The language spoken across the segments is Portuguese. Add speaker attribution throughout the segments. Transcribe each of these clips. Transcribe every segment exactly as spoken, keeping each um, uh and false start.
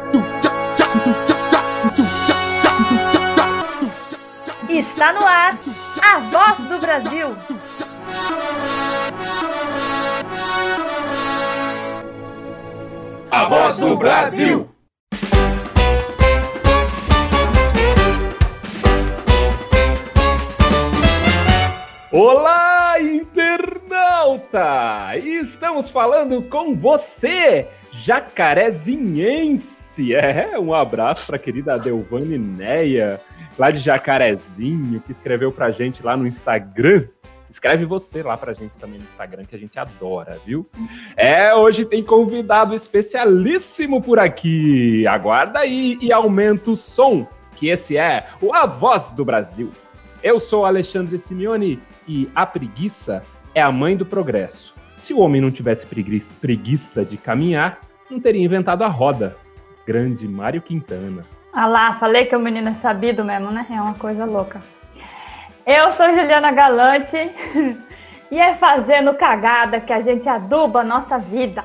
Speaker 1: Está no ar, a voz do Brasil.
Speaker 2: A voz do Brasil.
Speaker 3: Olá, internauta! Estamos falando com você, jacarezinhense. É, um abraço para a querida Delvane Neia, lá de Jacarezinho, que escreveu pra gente lá no Instagram. Escreve você lá pra gente também no Instagram, que a gente adora, viu? É, hoje tem convidado especialíssimo por aqui. Aguarda aí e aumenta o som, que esse é o A Voz do Brasil. Eu sou Alexandre Simeone e a preguiça é a mãe do progresso. Se o homem não tivesse preguiça, preguiça de caminhar, não teria inventado a roda. Grande Mário Quintana.
Speaker 4: Ah lá, falei que o menino é sabido mesmo, né? É uma coisa louca. Eu sou Juliana Galante e é fazendo cagada que a gente aduba a nossa vida.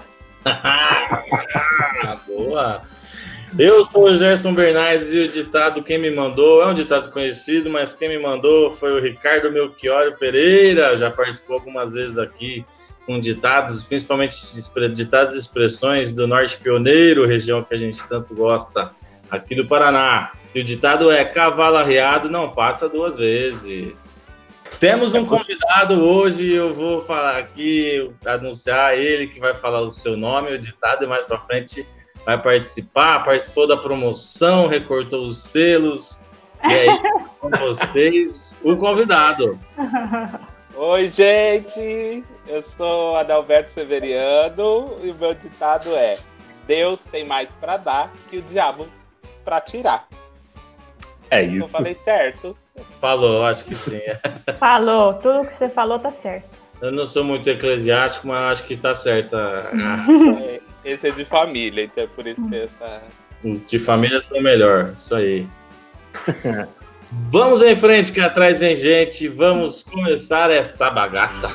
Speaker 2: Boa! Eu sou o Gerson Bernardes e o ditado quem me mandou, é um ditado conhecido, mas quem me mandou foi o Ricardo Melchior Pereira, já participou algumas vezes aqui com ditados, principalmente ditados e expressões do Norte Pioneiro, região que a gente tanto gosta aqui do Paraná. E o ditado é: cavalo arriado não passa duas vezes. Temos um convidado hoje, eu vou falar aqui, anunciar ele que vai falar o seu nome, o ditado, e mais pra frente vai participar, participou da promoção, recortou os selos, e aí com vocês, o convidado.
Speaker 5: Oi, gente, eu sou Adalberto Severiano e o meu ditado é: Deus tem mais pra dar que o diabo pra tirar.
Speaker 3: É
Speaker 5: isso. Eu
Speaker 3: isso.
Speaker 5: falei certo.
Speaker 2: Falou, acho que sim.
Speaker 4: Falou, tudo que você falou tá certo.
Speaker 2: Eu não sou muito eclesiástico, mas acho que tá certo.
Speaker 5: É, esse é de família, então é por isso que essa...
Speaker 2: Os de família são melhor, isso aí. Vamos em frente, que atrás vem gente. Vamos começar essa bagaça.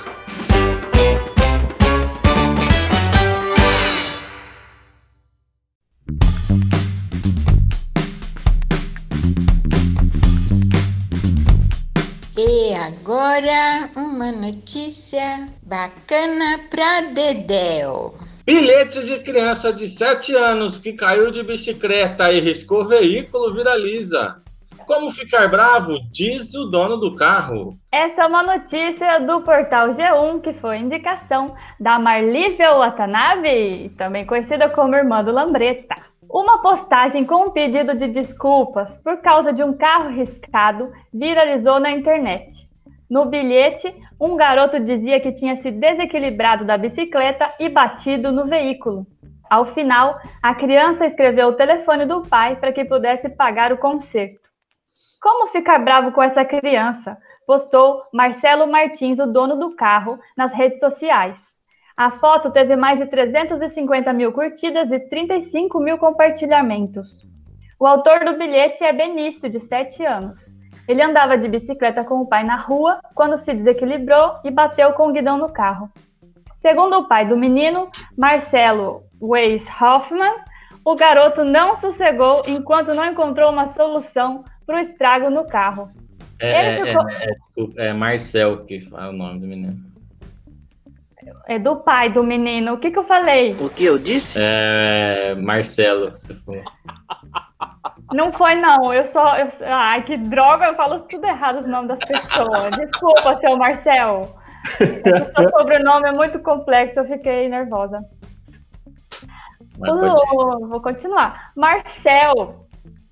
Speaker 6: E agora, uma notícia bacana pra Dedéu.
Speaker 2: Bilhete de criança de sete anos que caiu de bicicleta e riscou veículo viraliza. Como ficar bravo, diz o dono do carro.
Speaker 4: Essa é uma notícia do portal G um, que foi indicação da Marlívia Watanabe, também conhecida como irmã do Lambreta. Uma postagem com um pedido de desculpas por causa de um carro riscado viralizou na internet. No bilhete, um garoto dizia que tinha se desequilibrado da bicicleta e batido no veículo. Ao final, a criança escreveu o telefone do pai para que pudesse pagar o conserto. Como ficar bravo com essa criança? Postou Marcelo Martins, o dono do carro, nas redes sociais. A foto teve mais de trezentas e cinquenta mil curtidas e trinta e cinco mil compartilhamentos. O autor do bilhete é Benício, de sete anos. Ele andava de bicicleta com o pai na rua quando se desequilibrou e bateu com o guidão no carro. Segundo o pai do menino, Marcelo Weiss Hoffmann, o garoto não sossegou enquanto não encontrou uma solução para o estrago no carro.
Speaker 2: É,
Speaker 4: Ele ficou...
Speaker 2: é, é, desculpa, é Marcel que fala o nome do menino.
Speaker 4: É do pai do menino. O que que eu falei?
Speaker 6: O que eu disse?
Speaker 2: É Marcelo, você falou.
Speaker 4: Não foi, não. Eu só... Eu... Ai, que droga. Eu falo tudo errado os nomes das pessoas. Desculpa, seu Marcel. O seu sobrenome é muito complexo. Eu fiquei nervosa. Uh, vou continuar. Marcel.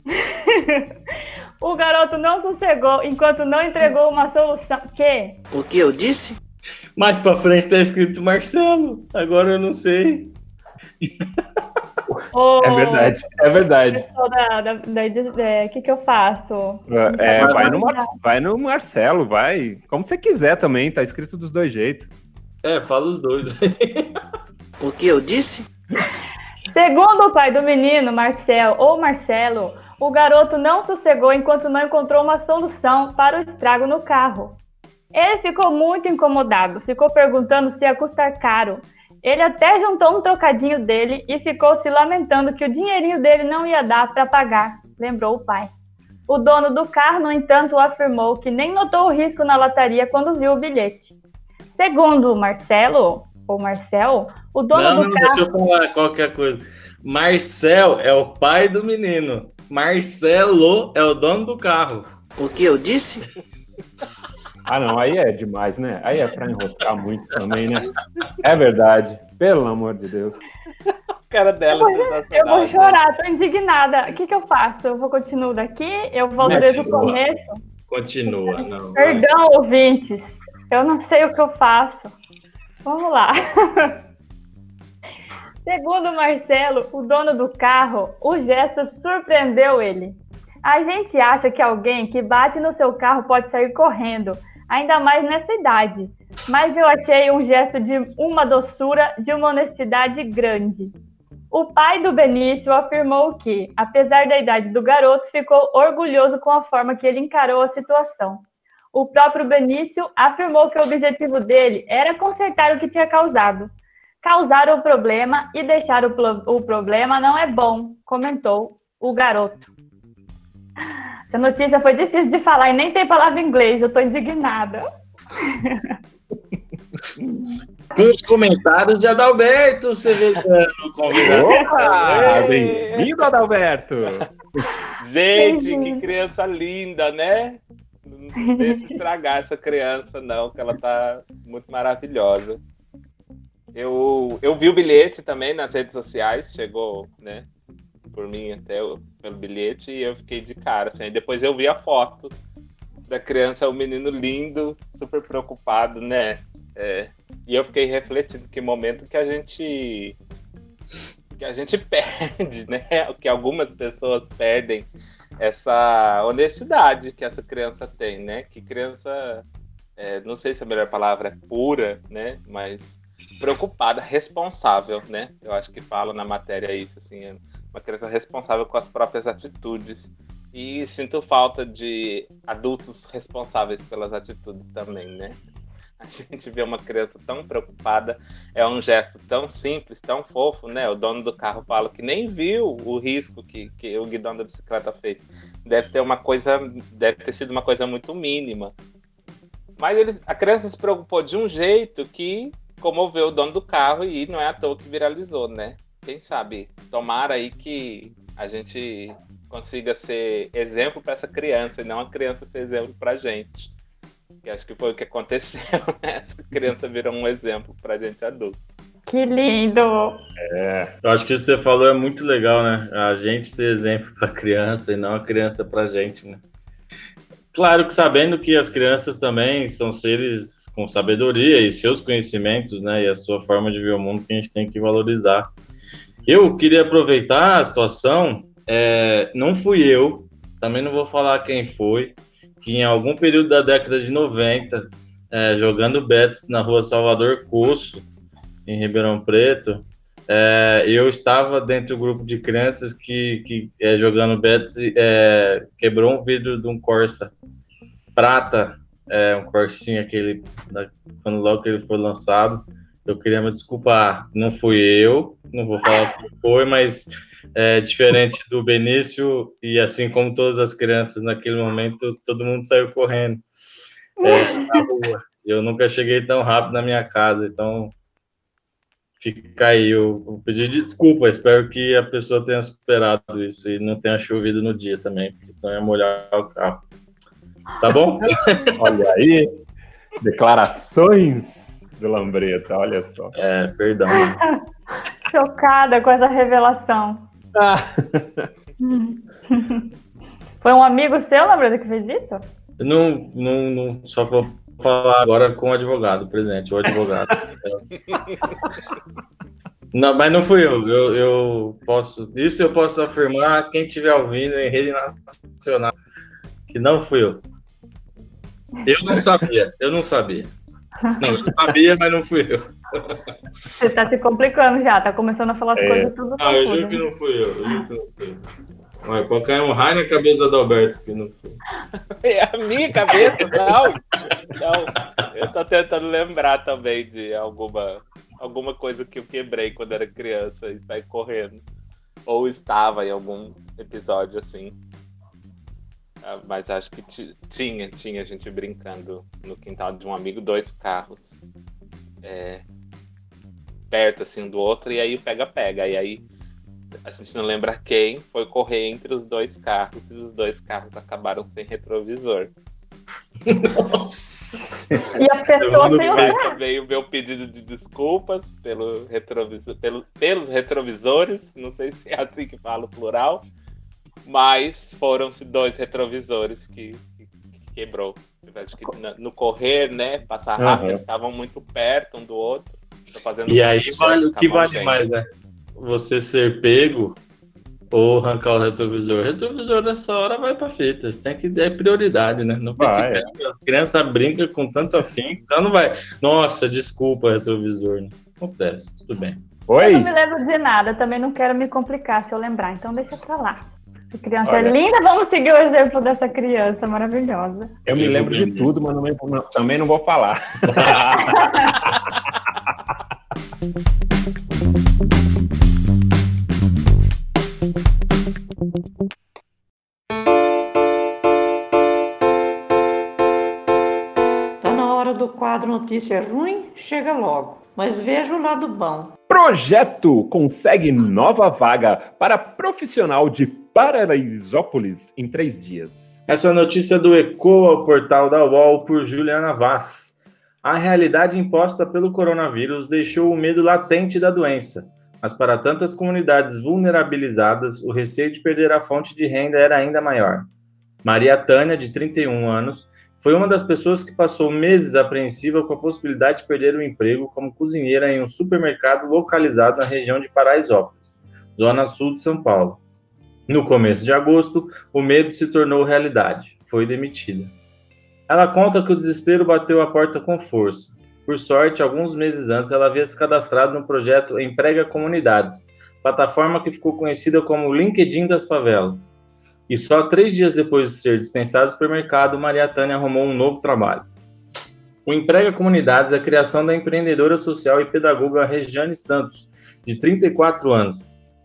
Speaker 4: O garoto não sossegou enquanto não entregou uma solução. Que?
Speaker 6: O que eu disse?
Speaker 2: Mais pra frente tá escrito Marcelo. Agora eu não sei.
Speaker 4: Oh,
Speaker 3: É verdade, é verdade.
Speaker 4: O da, da, da, é, que que eu faço?
Speaker 3: É, vai, no Mar... vai no Marcelo, vai. Como você quiser também, tá escrito dos dois jeitos.
Speaker 2: É, fala os dois.
Speaker 6: O que eu disse?
Speaker 4: Segundo o pai do menino, Marcel ou Marcelo, o garoto não sossegou enquanto não encontrou uma solução para o estrago no carro. Ele ficou muito incomodado, ficou perguntando se ia custar caro. Ele até juntou um trocadinho dele e ficou se lamentando que o dinheirinho dele não ia dar para pagar, lembrou o pai. O dono do carro, no entanto, afirmou que nem notou o risco na lataria quando viu o bilhete. Segundo o Marcelo, ou Marcel, o dono
Speaker 2: não,
Speaker 4: do
Speaker 2: não,
Speaker 4: carro...
Speaker 2: deixa eu falar qualquer coisa. Marcel é o pai do menino. Marcelo é o dono do carro.
Speaker 6: O que eu disse?
Speaker 3: Ah, não, aí é demais, né? Aí é pra enroscar muito também, né? É verdade. Pelo amor de Deus.
Speaker 5: A cara dela é sensacional.
Speaker 4: Eu vou chorar, tô indignada. O que que eu faço? Eu vou continuar daqui? Eu volto desde o começo?
Speaker 2: Continua, não.
Speaker 4: Perdão, vai. Ouvintes. Eu não sei o que eu faço. Vamos lá. Segundo Marcelo, o dono do carro, o gesto surpreendeu ele. A gente acha que alguém que bate no seu carro pode sair correndo, ainda mais nessa idade. Mas eu achei um gesto de uma doçura, de uma honestidade grande. O pai do Benício afirmou que, apesar da idade do garoto, ficou orgulhoso com a forma que ele encarou a situação. O próprio Benício afirmou que o objetivo dele era consertar o que tinha causado. Causar o problema e deixar o, pro- o problema não é bom, comentou o garoto. Essa notícia foi difícil de falar e nem tem palavra em inglês, eu tô indignada.
Speaker 2: Com os comentários de Adalberto Severiano, convidado.
Speaker 3: Opa! Bem-vindo, Adalberto!
Speaker 5: Gente, que criança linda, né? Não deixa estragar essa criança, não, que ela tá muito maravilhosa. Eu, eu vi o bilhete também nas redes sociais, chegou, né, por mim até o, pelo bilhete, e eu fiquei de cara, assim. Aí depois eu vi a foto da criança, o menino lindo, super preocupado, né? É, e eu fiquei refletindo que momento que a gente que a gente perde, né? Que algumas pessoas perdem essa honestidade que essa criança tem, né? Que criança, é, não sei se a melhor palavra é pura, né? Mas preocupada, responsável, né? Eu acho que fala na matéria isso, assim, é uma criança responsável com as próprias atitudes. E sinto falta de adultos responsáveis pelas atitudes também, né? A gente vê uma criança tão preocupada, é um gesto tão simples, tão fofo, né? O dono do carro fala que nem viu o risco que, que o guidão da bicicleta fez. Deve ter uma coisa, deve ter sido uma coisa muito mínima. Mas ele, a criança se preocupou de um jeito que comoveu o dono do carro e não é à toa que viralizou, né? Quem sabe? Tomara aí que a gente consiga ser exemplo para essa criança e não a criança ser exemplo para a gente. Que acho que foi o que aconteceu, né? Essa criança virou um exemplo pra gente adulto.
Speaker 4: Que lindo!
Speaker 2: É, eu acho que isso que você falou é muito legal, né? A gente ser exemplo pra criança e não a criança pra gente, né? Claro que sabendo que as crianças também são seres com sabedoria e seus conhecimentos, né? E a sua forma de ver o mundo que a gente tem que valorizar. Eu queria aproveitar a situação, é, não fui eu, também não vou falar quem foi, que em algum período da década de noventa, é, jogando bets na rua Salvador Coço, em Ribeirão Preto, é, eu estava dentro do grupo de crianças que, que é, jogando bets, é, quebrou um vidro de um Corsa prata, é, um Corsinha, aquele, da, quando logo que ele foi lançado. Eu queria me desculpar, não fui eu, não vou falar quem foi, mas é, diferente do Benício, e assim como todas as crianças naquele momento, todo mundo saiu correndo é, na rua. Eu nunca cheguei tão rápido na minha casa, então fica aí, eu, eu pedi desculpa, espero que a pessoa tenha superado isso e não tenha chovido no dia também, porque senão ia molhar o carro. Tá bom?
Speaker 3: Olha aí, declarações do Lambreta, olha só.
Speaker 2: É, perdão.
Speaker 4: Chocada com essa revelação.
Speaker 3: Ah.
Speaker 4: Foi um amigo seu, Lambreta, que fez isso?
Speaker 2: Não, não, não, só vou falar agora com o advogado presente, o advogado. Não, mas não fui eu. eu. Eu posso, isso eu posso afirmar, quem estiver ouvindo em rede nacional, que não fui eu. Eu não sabia, eu não sabia. Não, eu sabia, mas não fui eu.
Speaker 4: Você tá se complicando já, tá começando a falar as
Speaker 3: É.
Speaker 4: coisas tudo.
Speaker 2: Não, eu juro que não fui eu. Eu juro que não fui eu. Olha, colocar um raio na cabeça do Alberto que não foi.
Speaker 5: É a minha cabeça, não. Não. Eu tô tentando lembrar também de alguma alguma coisa que eu quebrei quando era criança e saí correndo. Ou estava em algum episódio assim. Ah, mas acho que t- tinha, tinha gente brincando no quintal de um amigo, dois carros. É, perto assim um do outro, e aí o pega-pega. E aí a gente não lembra quem foi correr entre os dois carros e os dois carros acabaram sem retrovisor.
Speaker 4: E as pessoas sem
Speaker 5: Veio
Speaker 4: olhar.
Speaker 5: também o meu pedido de desculpas pelo retrovisor, pelo, pelos retrovisores, não sei se é assim que fala o plural, mas foram-se dois retrovisores que, que, que quebrou. Acho que no, no correr, né, passar rápido,
Speaker 3: Uhum.
Speaker 5: eles estavam muito perto um do outro. Tô fazendo
Speaker 2: E
Speaker 5: um
Speaker 2: aí
Speaker 5: gesto
Speaker 2: vale, o
Speaker 5: com a
Speaker 2: que
Speaker 5: mão,
Speaker 2: vale
Speaker 5: gente.
Speaker 2: mais, né? Você ser pego ou arrancar o retrovisor. O retrovisor nessa hora vai pra fita. Você tem que é prioridade, né? Não fique
Speaker 3: Vai, é.
Speaker 2: pega. A criança brinca com tanto afim, então não vai. Nossa, desculpa, retrovisor. Né? Acontece, tudo bem.
Speaker 4: Eu
Speaker 3: Oi?
Speaker 4: não me lembro de nada, também não quero me complicar se eu lembrar, então deixa pra lá. A criança
Speaker 3: Olha.
Speaker 4: é linda, vamos seguir o exemplo dessa criança maravilhosa.
Speaker 3: Eu me
Speaker 2: Vivo
Speaker 3: lembro de
Speaker 2: bem
Speaker 3: tudo, mas não me- não- também não vou falar.
Speaker 7: Tá na hora do quadro Notícia Ruim? Chega logo. Mas veja o lado bom.
Speaker 3: Projeto consegue nova vaga para profissional de Paraisópolis em três dias.
Speaker 2: Essa notícia do Ecoa, o portal da U O L, por Juliana Vaz. A realidade imposta pelo coronavírus deixou o medo latente da doença, mas para tantas comunidades vulnerabilizadas, o receio de perder a fonte de renda era ainda maior. Maria Tânia, de trinta e um anos, foi uma das pessoas que passou meses apreensiva com a possibilidade de perder o emprego como cozinheira em um supermercado localizado na região de Paraisópolis, zona sul de São Paulo. No começo de agosto, o medo se tornou realidade. Foi demitida. Ela conta que o desespero bateu a porta com força. Por sorte, alguns meses antes, ela havia se cadastrado no projeto Emprega Comunidades, plataforma que ficou conhecida como o LinkedIn das favelas. E só três dias depois de ser dispensada do supermercado, Maria Tânia arrumou um novo trabalho. O Emprega Comunidades é a criação da empreendedora social e pedagoga Rejane Santos, de trinta e quatro anos.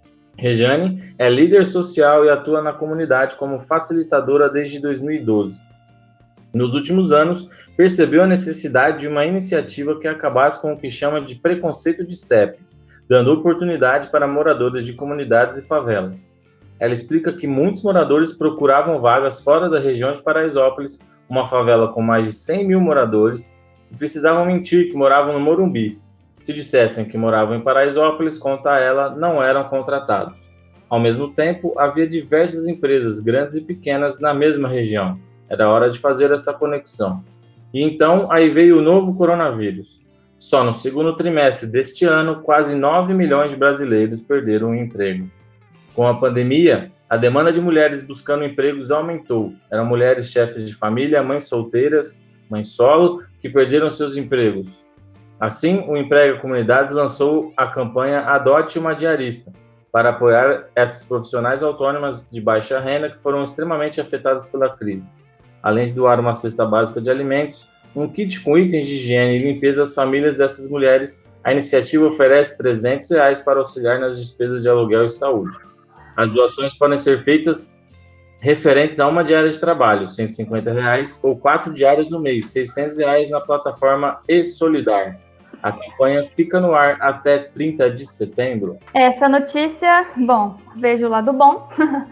Speaker 2: Rejane é líder social e atua na comunidade como facilitadora desde dois mil e doze. Nos últimos anos, percebeu a necessidade de uma iniciativa que acabasse com o que chama de preconceito de C E P, dando oportunidade para moradores de comunidades e favelas. Ela explica que muitos moradores procuravam vagas fora da região de Paraisópolis, uma favela com mais de cem mil moradores, e precisavam mentir que moravam no Morumbi. Se dissessem que moravam em Paraisópolis, conta ela, não eram contratados. Ao mesmo tempo, havia diversas empresas, grandes e pequenas, na mesma região. Era hora de fazer essa conexão. E então, aí veio o novo coronavírus. Só no segundo trimestre deste ano, quase nove milhões de brasileiros perderam o emprego. Com a pandemia, a demanda de mulheres buscando empregos aumentou. Eram mulheres chefes de família, mães solteiras, mães solo, que perderam seus empregos. Assim, o Emprega Comunidades lançou a campanha Adote uma Diarista, para apoiar essas profissionais autônomas de baixa renda que foram extremamente afetadas pela crise. Além de doar uma cesta básica de alimentos, um kit com itens de higiene e limpeza às famílias dessas mulheres, a iniciativa oferece trezentos reais para auxiliar nas despesas de aluguel e saúde. As doações podem ser feitas referentes a uma diária de trabalho, cento e cinquenta reais, ou quatro diárias no mês, seiscentos reais na plataforma e-Solidar. A campanha fica no ar até trinta de setembro.
Speaker 4: Essa notícia, bom, vejo o lado bom.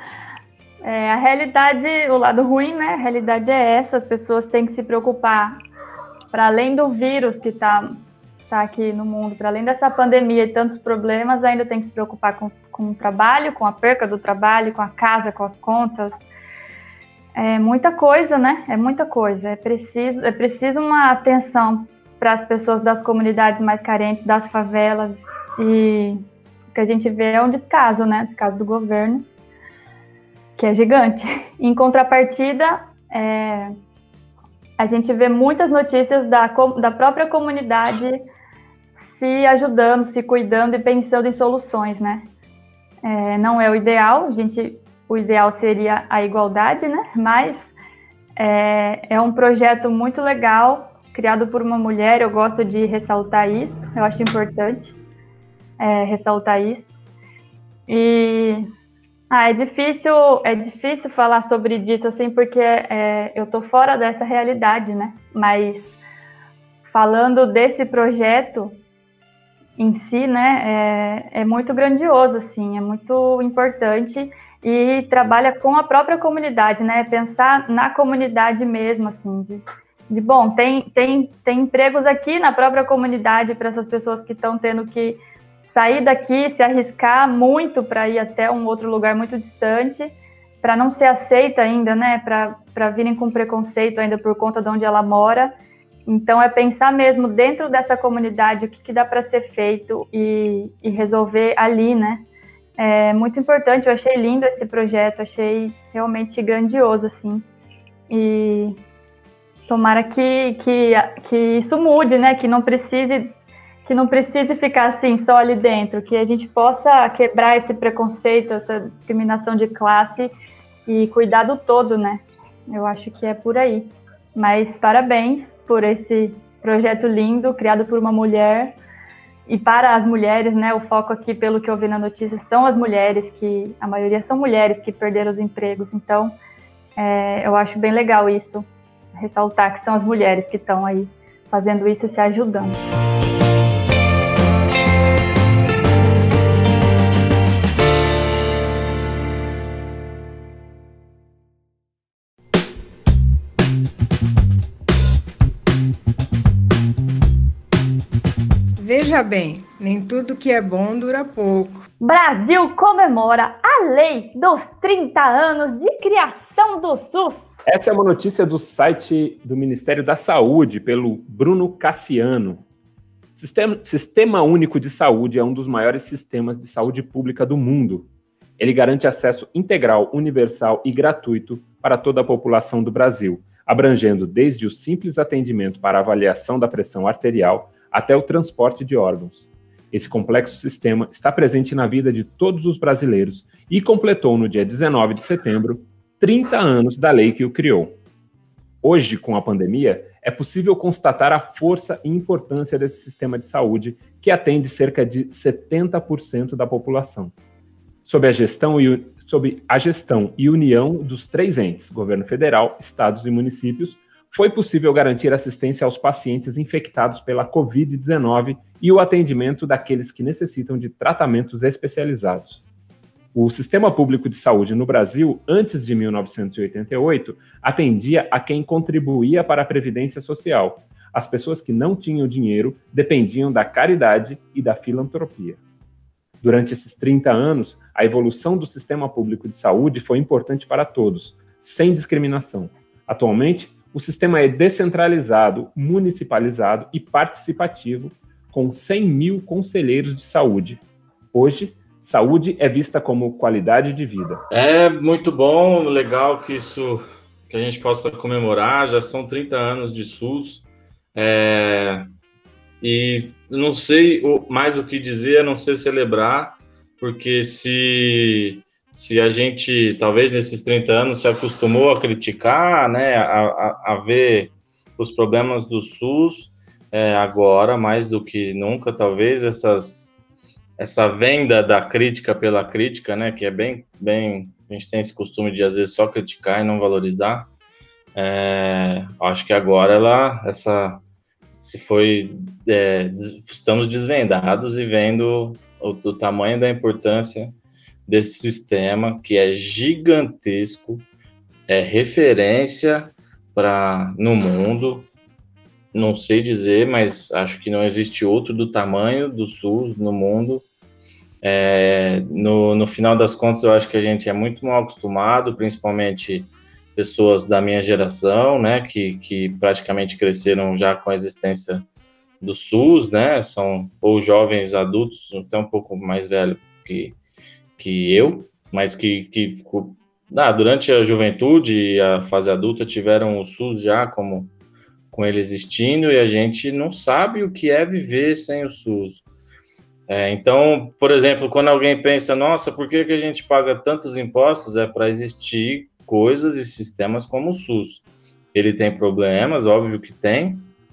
Speaker 4: É, a realidade, o lado ruim, né? A realidade é essa, as pessoas têm que se preocupar, para além do vírus que está tá aqui no mundo, para além dessa pandemia e tantos problemas, ainda tem que se preocupar com, com o trabalho, com a perca do trabalho, com a casa, com as contas. É muita coisa, né? É muita coisa. É preciso, é preciso uma atenção para as pessoas das comunidades mais carentes, das favelas, e o que a gente vê é um descaso, né? Descaso do governo, que é gigante. Em contrapartida, é, a gente vê muitas notícias da, da própria comunidade se ajudando, se cuidando e pensando em soluções, né? É, não é o ideal, a gente, o ideal seria a igualdade, né? Mas é, é um projeto muito legal criado por uma mulher, eu gosto de ressaltar isso, eu acho importante é, ressaltar isso. E ah, é difícil, é difícil falar sobre isso, assim, porque é, eu tô fora dessa realidade, né? Mas falando desse projeto em si, né, é, é muito grandioso, assim, é muito importante e trabalha com a própria comunidade, né? Pensar na comunidade mesmo, assim, de, de bom, tem, tem, tem empregos aqui na própria comunidade para essas pessoas que estão tendo que sair daqui, se arriscar muito para ir até um outro lugar muito distante, para não ser aceita ainda, né? Para virem com preconceito ainda por conta de onde ela mora. Então, é pensar mesmo dentro dessa comunidade o que, que dá para ser feito e, e resolver ali, né? É muito importante, eu achei lindo esse projeto, achei realmente grandioso, assim. E tomara que, que, que isso mude, né? Que não precise... que não precise ficar assim, só ali dentro, que a gente possa quebrar esse preconceito, essa discriminação de classe e cuidar do todo, né? Eu acho que é por aí. Mas parabéns por esse projeto lindo, criado por uma mulher e para as mulheres, né? O foco aqui, pelo que eu vi na notícia, são as mulheres, que a maioria são mulheres que perderam os empregos. Então, é, eu acho bem legal isso, ressaltar que são as mulheres que estão aí fazendo isso e se ajudando.
Speaker 8: Veja bem, nem tudo que é bom dura pouco.
Speaker 4: Brasil comemora a lei dos trinta anos de criação do SUS.
Speaker 3: Essa é uma notícia do site do Ministério da Saúde, pelo Bruno Cassiano. Sistema, Sistema Único de Saúde é um dos maiores sistemas de saúde pública do mundo. Ele garante acesso integral, universal e gratuito para toda a população do Brasil, abrangendo desde o simples atendimento para avaliação da pressão arterial até o transporte de órgãos. Esse complexo sistema está presente na vida de todos os brasileiros e completou no dia dezenove de setembro trinta anos da lei que o criou. Hoje, com a pandemia, é possível constatar a força e importância desse sistema de saúde que atende cerca de setenta por cento da população. Sob a gestão e, sob a gestão e união dos três entes, governo federal, estados e municípios, foi possível garantir assistência aos pacientes infectados pela covid dezenove e o atendimento daqueles que necessitam de tratamentos especializados. O Sistema Público de Saúde no Brasil, antes de mil novecentos e oitenta e oito, atendia a quem contribuía para a Previdência Social. As pessoas que não tinham dinheiro dependiam da caridade e da filantropia. Durante esses trinta anos, a evolução do Sistema Público de Saúde foi importante para todos, sem discriminação. Atualmente, o sistema é descentralizado, municipalizado e participativo, com cem mil conselheiros de saúde. Hoje, saúde é vista como qualidade de vida.
Speaker 2: É muito bom, legal que isso, que a gente possa comemorar, já são trinta anos de SUS, é, e não sei mais o que dizer, a não ser celebrar, porque se... se a gente, talvez nesses trinta anos, se acostumou a criticar, né, a, a, a ver os problemas do SUS, é, agora, mais do que nunca, talvez, essas, essa venda da crítica pela crítica, né, que é bem, bem, a gente tem esse costume de, às vezes, só criticar e não valorizar, é, acho que agora ela, essa, se foi, é, estamos desvendados e vendo o, o tamanho da importância desse sistema, que é gigantesco, é referência para no mundo, não sei dizer, mas acho que não existe outro do tamanho do SUS no mundo. É, no, no final das contas, eu acho que a gente é muito mal acostumado, principalmente pessoas da minha geração, né, que, que praticamente cresceram já com a existência do SUS, né, são ou jovens adultos, até um pouco mais velho que que eu, mas que, que ah, durante a juventude e a fase adulta tiveram o SUS já como com ele existindo, e a gente não sabe o que é viver sem o SUS. É, então, por exemplo, quando alguém pensa, nossa, por que, que a gente paga tantos impostos? É para existir coisas e sistemas como o SUS. Ele tem problemas, óbvio que tem,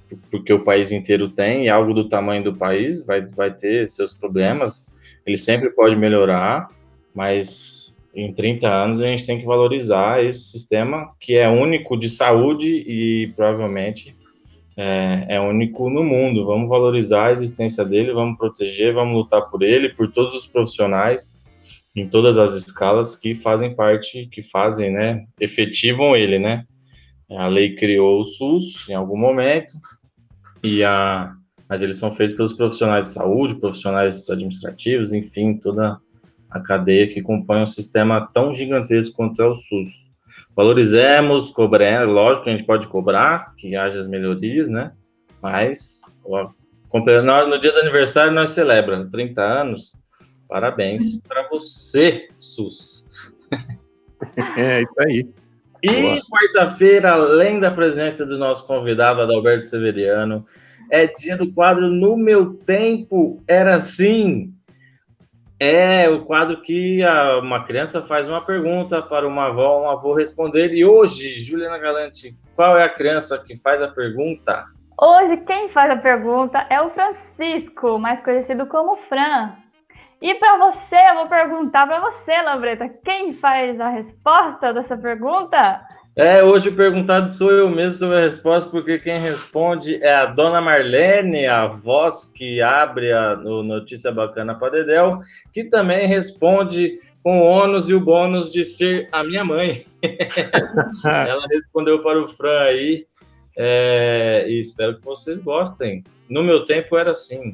Speaker 2: porque o país inteiro tem, e algo do tamanho do país vai, vai ter seus problemas, ele sempre pode melhorar, mas em trinta anos a gente tem que valorizar esse sistema que é único de saúde e provavelmente é, é único no mundo. Vamos valorizar a existência dele, vamos proteger, vamos lutar por ele, por todos os profissionais em todas as escalas que fazem parte, que fazem, né, efetivam ele, né? A lei criou o SUS em algum momento, e a, mas eles são feitos pelos profissionais de saúde, profissionais administrativos, enfim, toda a cadeia que compõe um sistema tão gigantesco quanto é o SUS. Valorizemos, cobremos, lógico que a gente pode cobrar, que haja as melhorias, né? Mas ó, no dia do aniversário nós celebramos trinta anos. Parabéns para você, SUS.
Speaker 3: É isso aí.
Speaker 2: E quarta-feira, além da presença do nosso convidado, Adalberto Severiano, é dia do quadro No Meu Tempo Era Assim. É o quadro que a, uma criança faz uma pergunta para uma avó, um avô responder. E hoje, Juliana Galante, qual é a criança que faz a pergunta?
Speaker 4: Hoje quem faz a pergunta é o Francisco, mais conhecido como Fran. E para você, eu vou perguntar para você, Lambreta, quem faz a resposta dessa pergunta?
Speaker 2: É, hoje o perguntado sou eu mesmo sobre a resposta, porque quem responde é a dona Marlene, a voz que abre a no Notícia Bacana para Dedéu, que também responde com o ônus e o bônus de ser a minha mãe. Ela respondeu para o Fran aí, é, e espero que vocês gostem. No meu tempo era assim.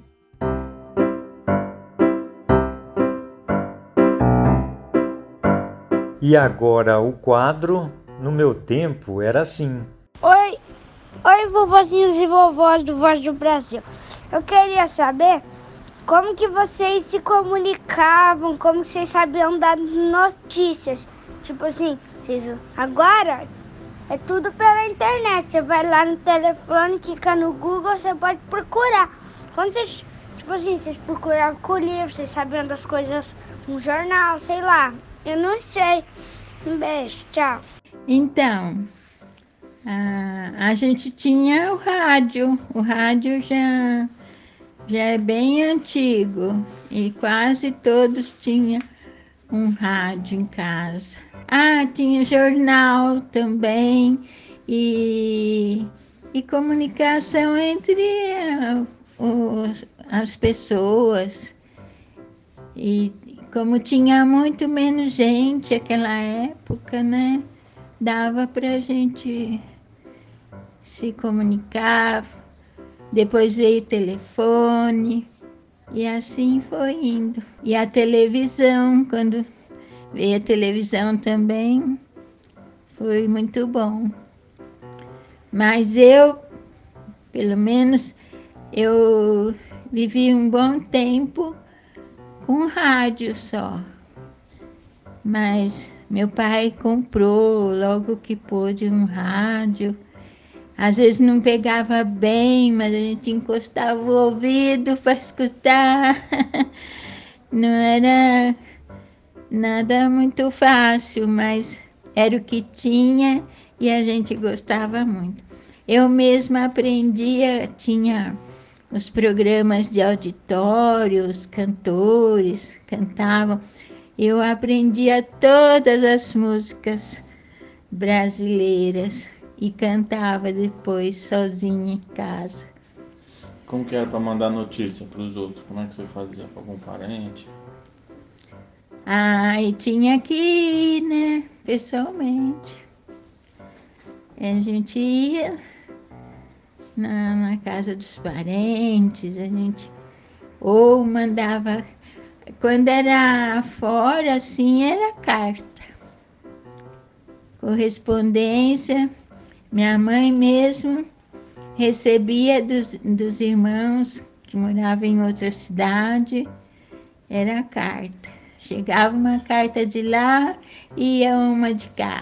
Speaker 9: E agora o quadro No Meu Tempo Era Assim.
Speaker 10: Oi, oi vovozinhos e vovós do Voz do Brasil. Eu queria saber como que vocês se comunicavam, como que vocês sabiam dar notícias. Tipo assim, vocês, agora é tudo pela internet. Você vai lá no telefone, clica no Google, você pode procurar. Quando vocês, tipo assim, vocês procuravam com o livro, vocês sabiam das coisas no jornal, sei lá. Eu não sei. Um beijo, tchau.
Speaker 8: Então, a, a gente tinha o rádio. O rádio já, já é bem antigo e quase todos tinham um rádio em casa. Ah, tinha jornal também e, e comunicação entre uh, os, as pessoas. E como tinha muito menos gente naquela época, né? Dava para a gente se comunicar. Depois veio o telefone e assim foi indo. E a televisão, quando veio a televisão também, foi muito bom. Mas eu, pelo menos, eu vivi um bom tempo com rádio só, mas meu pai comprou logo que pôde um rádio. Às vezes não pegava bem, mas a gente encostava o ouvido para escutar. Não era nada muito fácil, mas era o que tinha e a gente gostava muito. Eu mesma aprendia, tinha os programas de auditório, os cantores cantavam. Eu aprendia todas as músicas brasileiras e cantava depois sozinha em casa.
Speaker 11: Como que era para mandar notícia para os outros? Como é que você fazia para algum parente?
Speaker 8: Ah, e tinha que ir, né, pessoalmente. A gente ia Na, na casa dos parentes, a gente ou mandava, quando era fora, assim, era carta, correspondência. Minha mãe mesmo recebia dos, dos irmãos que moravam em outra cidade, era carta. Chegava uma carta de lá e ia uma de cá.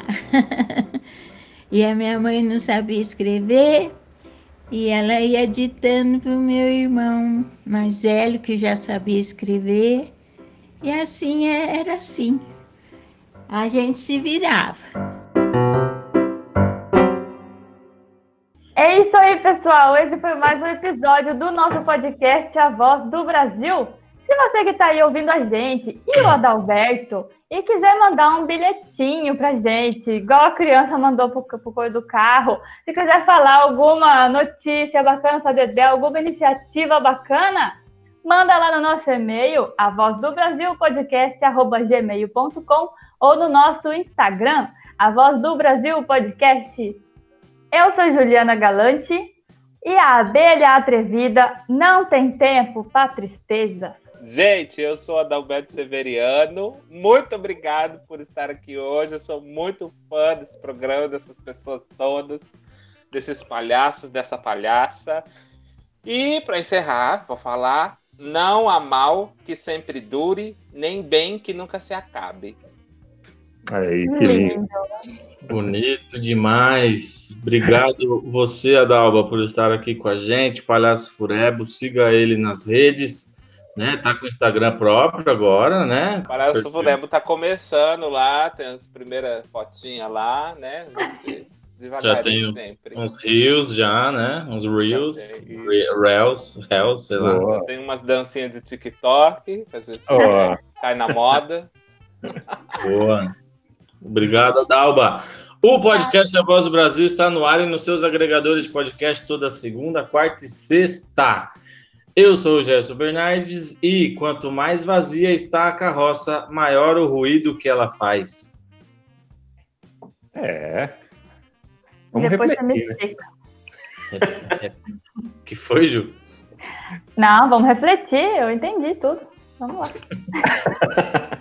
Speaker 8: E a minha mãe não sabia escrever, e ela ia ditando para o meu irmão mais velho, que já sabia escrever. E assim, era assim. A gente se virava.
Speaker 4: É isso aí, pessoal, esse foi mais um episódio do nosso podcast A Voz do Brasil. Se você que está aí ouvindo a gente e o Adalberto e quiser mandar um bilhetinho pra gente, igual a criança mandou pro, pro cor do carro, se quiser falar alguma notícia bacana para Dedé, alguma iniciativa bacana, manda lá no nosso e-mail, a voz do Brasil podcast arroba gmail ponto com ou no nosso Instagram, A Voz do Brasil Podcast. Eu sou Juliana Galante e a abelha atrevida não tem tempo para tristezas.
Speaker 5: Gente, eu sou Adalberto Severiano. Muito obrigado por estar aqui hoje. Eu sou muito fã desse programa, dessas pessoas todas, desses palhaços, dessa palhaça. E para encerrar, vou falar: não há mal que sempre dure, nem bem que nunca se acabe.
Speaker 3: Aí, que lindo.
Speaker 2: Bonito demais. Obrigado você, Adalba, por estar aqui com a gente. Palhaço Furebo, siga ele nas redes, né? Tá com o Instagram próprio agora, né?
Speaker 5: Palhaço Furebo tá começando lá, tem as primeiras fotinhas lá, né?
Speaker 2: Já tem uns, uns reels já, né? Uns reels, reels, reels, sei lá.
Speaker 5: Já tem umas dancinhas de TikTok, fazer isso, oh. Cai na moda.
Speaker 2: Boa. Obrigado, Adalba. O podcast A Voz do Brasil está no ar e nos seus agregadores de podcast toda segunda, quarta e sexta. Eu sou o Gerson Bernardes e quanto mais vazia está a carroça, maior o ruído que ela faz.
Speaker 3: É. Vamos
Speaker 4: Depois
Speaker 3: refletir,
Speaker 4: você me explica.
Speaker 2: Né? Que foi, Ju?
Speaker 4: Não, vamos refletir. Eu entendi tudo. Vamos lá.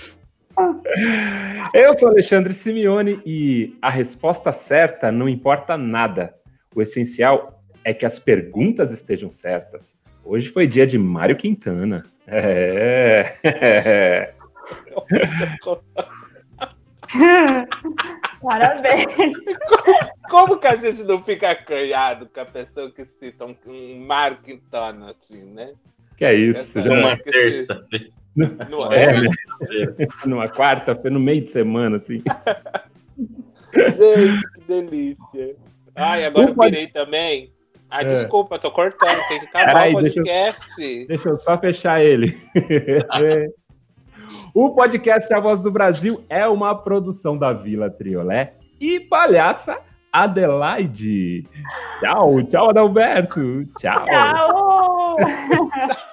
Speaker 3: Eu sou Alexandre Simeone e a resposta certa não importa nada. O essencial é que as perguntas estejam certas. Hoje foi dia de Mário Quintana. É.
Speaker 4: Parabéns.
Speaker 5: Como que a gente não fica acanhado com a pessoa que cita um, um Mário Quintana assim, né?
Speaker 3: Que é isso?
Speaker 2: Já uma terça.
Speaker 5: Não
Speaker 3: é, é, numa quarta-feira, no meio de semana, assim.
Speaker 5: Gente, que delícia. Ai, agora eu virei também. Ah, é. Desculpa, tô cortando, tem que acabar aí, o podcast.
Speaker 3: Deixa eu, deixa eu só fechar ele. O podcast A Voz do Brasil é uma produção da Vila Triolé e palhaça Adelaide. Tchau, tchau, Adalberto. Tchau.
Speaker 4: Tchau.